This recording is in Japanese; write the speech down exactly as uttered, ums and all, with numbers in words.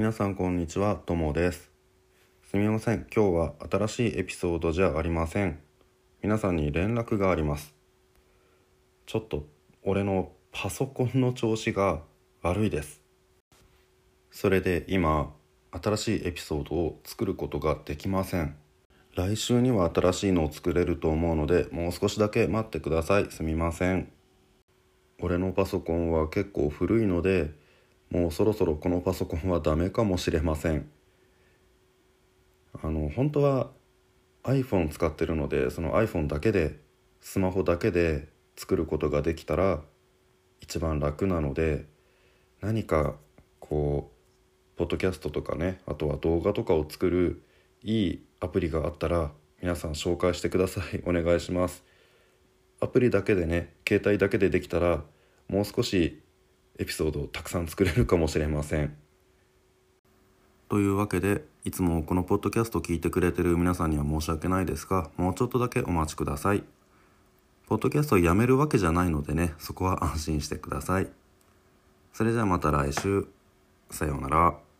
皆さんこんにちは、ともです。すみません、今日は新しいエピソードじゃありません。皆さんに連絡があります。ちょっと俺のパソコンの調子が悪いです。それで今新しいエピソードを作ることができません。来週には新しいのを作れると思うので、もう少しだけ待ってください。すみません。俺のパソコンは結構古いので、もうそろそろこのパソコンはダメかもしれません。あの本当は iPhone 使ってるので、その iPhone だけでスマホだけで作ることができたら一番楽なので、何かこうポッドキャストとかね、あとは動画とかを作るいいアプリがあったら皆さん紹介してください。お願いします。アプリだけでね、携帯だけでできたらもう少しエピソードをたくさん作れるかもしれません。というわけで、いつもこのポッドキャスト聞いてくれてる皆さんには申し訳ないですが、もうちょっとだけお待ちください。ポッドキャストをやめるわけじゃないのでね、そこは安心してください。それじゃあまた来週。さようなら。